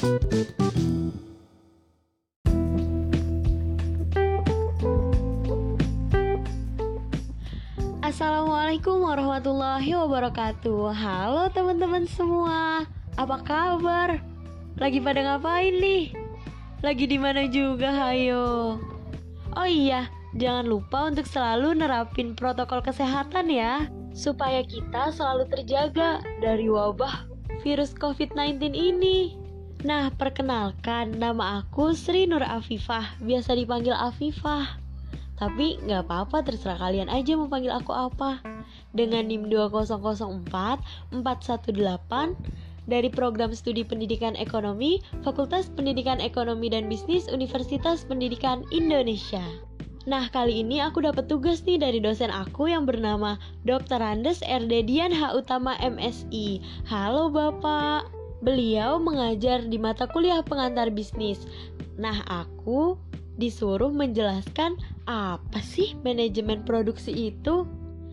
Assalamualaikum warahmatullahi wabarakatuh. Halo teman-teman semua, apa kabar? Lagi pada ngapain nih? Lagi di mana juga, hayo? Oh iya, jangan lupa untuk selalu nerapin protokol kesehatan ya, supaya kita selalu terjaga dari wabah virus COVID-19 ini. Nah, perkenalkan, nama aku Sri Nur Afifah, biasa dipanggil Afifah. Tapi gak apa-apa, terserah kalian aja mau panggil aku apa. Dengan NIM 2004418 dari Program Studi Pendidikan Ekonomi, Fakultas Pendidikan Ekonomi dan Bisnis Universitas Pendidikan Indonesia. Nah, kali ini aku dapat tugas nih dari dosen aku yang bernama Dr. Andes RD Dian H. Utama MSI. Halo Bapak. Beliau mengajar di mata kuliah pengantar bisnis. Nah, aku disuruh menjelaskan apa sih manajemen produksi itu.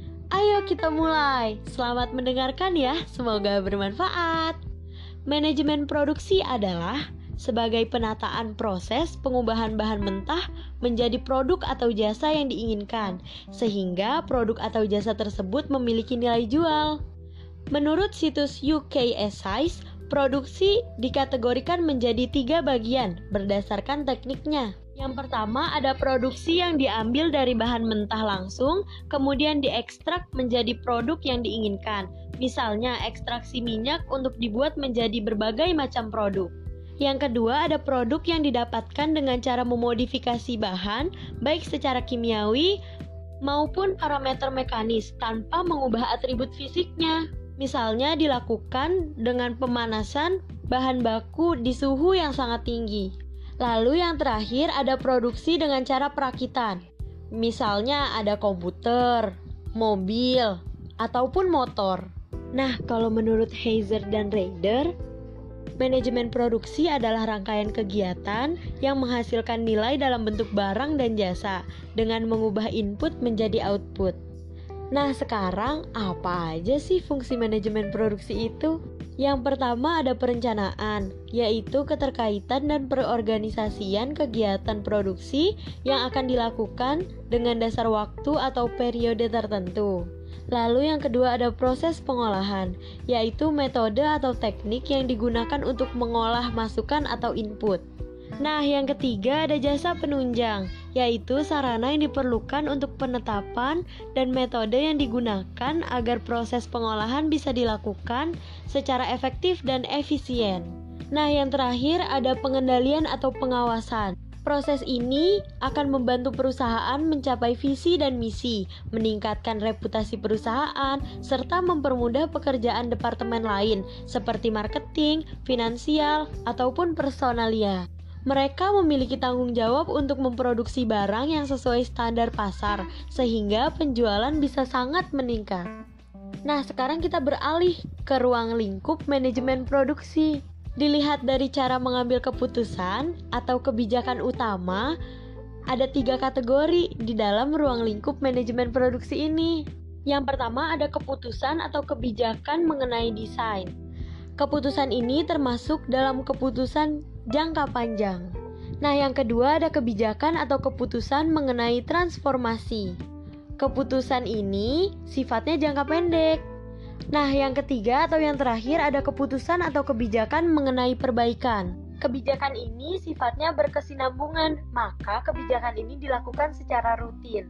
Ayo kita mulai. Selamat mendengarkan ya, semoga bermanfaat. Manajemen produksi adalah sebagai penataan proses pengubahan bahan mentah menjadi produk atau jasa yang diinginkan, sehingga produk atau jasa tersebut memiliki nilai jual. Menurut situs UKSIS, produksi dikategorikan menjadi 3 bagian berdasarkan tekniknya. Yang pertama ada produksi yang diambil dari bahan mentah langsung, kemudian diekstrak menjadi produk yang diinginkan. Misalnya ekstraksi minyak untuk dibuat menjadi berbagai macam produk. Yang kedua ada produk yang didapatkan dengan cara memodifikasi bahan, baik secara kimiawi maupun parameter mekanis tanpa mengubah atribut fisiknya. Misalnya dilakukan dengan pemanasan bahan baku di suhu yang sangat tinggi. Lalu yang terakhir ada produksi dengan cara perakitan. Misalnya ada komputer, mobil, ataupun motor. Nah, kalau menurut Heiser dan Rader, manajemen produksi adalah rangkaian kegiatan yang menghasilkan nilai dalam bentuk barang dan jasa dengan mengubah input menjadi output. Nah, sekarang apa aja sih fungsi manajemen produksi itu? Yang pertama ada perencanaan, yaitu keterkaitan dan perorganisasian kegiatan produksi yang akan dilakukan dengan dasar waktu atau periode tertentu. Lalu yang kedua ada proses pengolahan, yaitu metode atau teknik yang digunakan untuk mengolah masukan atau input. Nah, yang ketiga ada jasa penunjang, yaitu sarana yang diperlukan untuk penetapan dan metode yang digunakan agar proses pengolahan bisa dilakukan secara efektif dan efisien. Nah, yang terakhir ada pengendalian atau pengawasan. Proses ini akan membantu perusahaan mencapai visi dan misi, meningkatkan reputasi perusahaan, serta mempermudah pekerjaan departemen lain seperti marketing, finansial, ataupun personalia. Mereka memiliki tanggung jawab untuk memproduksi barang yang sesuai standar pasar, sehingga penjualan bisa sangat meningkat. Nah, sekarang kita beralih ke ruang lingkup manajemen produksi. Dilihat dari cara mengambil keputusan atau kebijakan utama, ada 3 kategori di dalam ruang lingkup manajemen produksi ini. Yang pertama ada keputusan atau kebijakan mengenai desain. Keputusan ini termasuk dalam keputusan jangka panjang. Nah, yang kedua ada kebijakan atau keputusan mengenai transformasi. Keputusan ini sifatnya jangka pendek. Nah, yang ketiga atau yang terakhir ada keputusan atau kebijakan mengenai perbaikan. Kebijakan ini sifatnya berkesinambungan, maka kebijakan ini dilakukan secara rutin.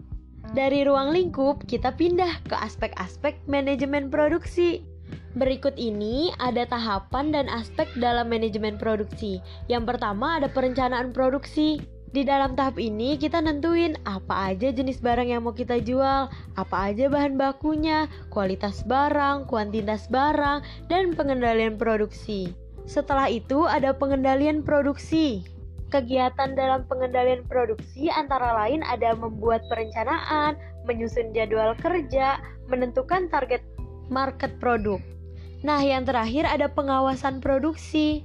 Dari ruang lingkup, kita pindah ke aspek-aspek manajemen produksi. Berikut ini ada tahapan dan aspek dalam manajemen produksi. Yang pertama ada perencanaan produksi. Di dalam tahap ini kita nentuin apa aja jenis barang yang mau kita jual, apa aja bahan bakunya, kualitas barang, kuantitas barang, dan pengendalian produksi. Setelah itu ada pengendalian produksi. Kegiatan dalam pengendalian produksi antara lain ada membuat perencanaan, menyusun jadwal kerja, menentukan target market produk. Nah, yang terakhir ada pengawasan produksi.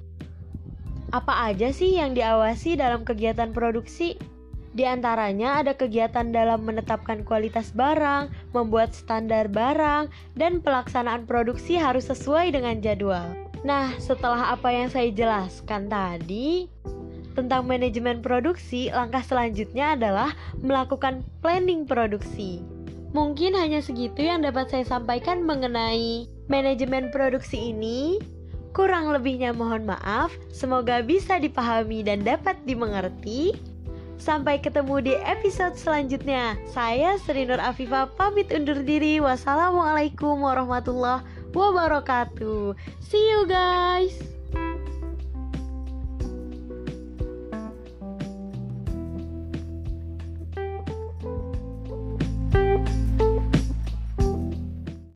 Apa aja sih yang diawasi dalam kegiatan produksi? Di antaranya ada kegiatan dalam menetapkan kualitas barang, membuat standar barang, dan pelaksanaan produksi harus sesuai dengan jadwal. Nah, setelah apa yang saya jelaskan tadi tentang manajemen produksi, langkah selanjutnya adalah melakukan planning produksi. Mungkin hanya segitu yang dapat saya sampaikan mengenai manajemen produksi ini. Kurang lebihnya mohon maaf, semoga bisa dipahami dan dapat dimengerti. Sampai ketemu di episode selanjutnya. Saya Sri Nur Afifah pamit undur diri. Wassalamualaikum warahmatullahi wabarakatuh. See you guys.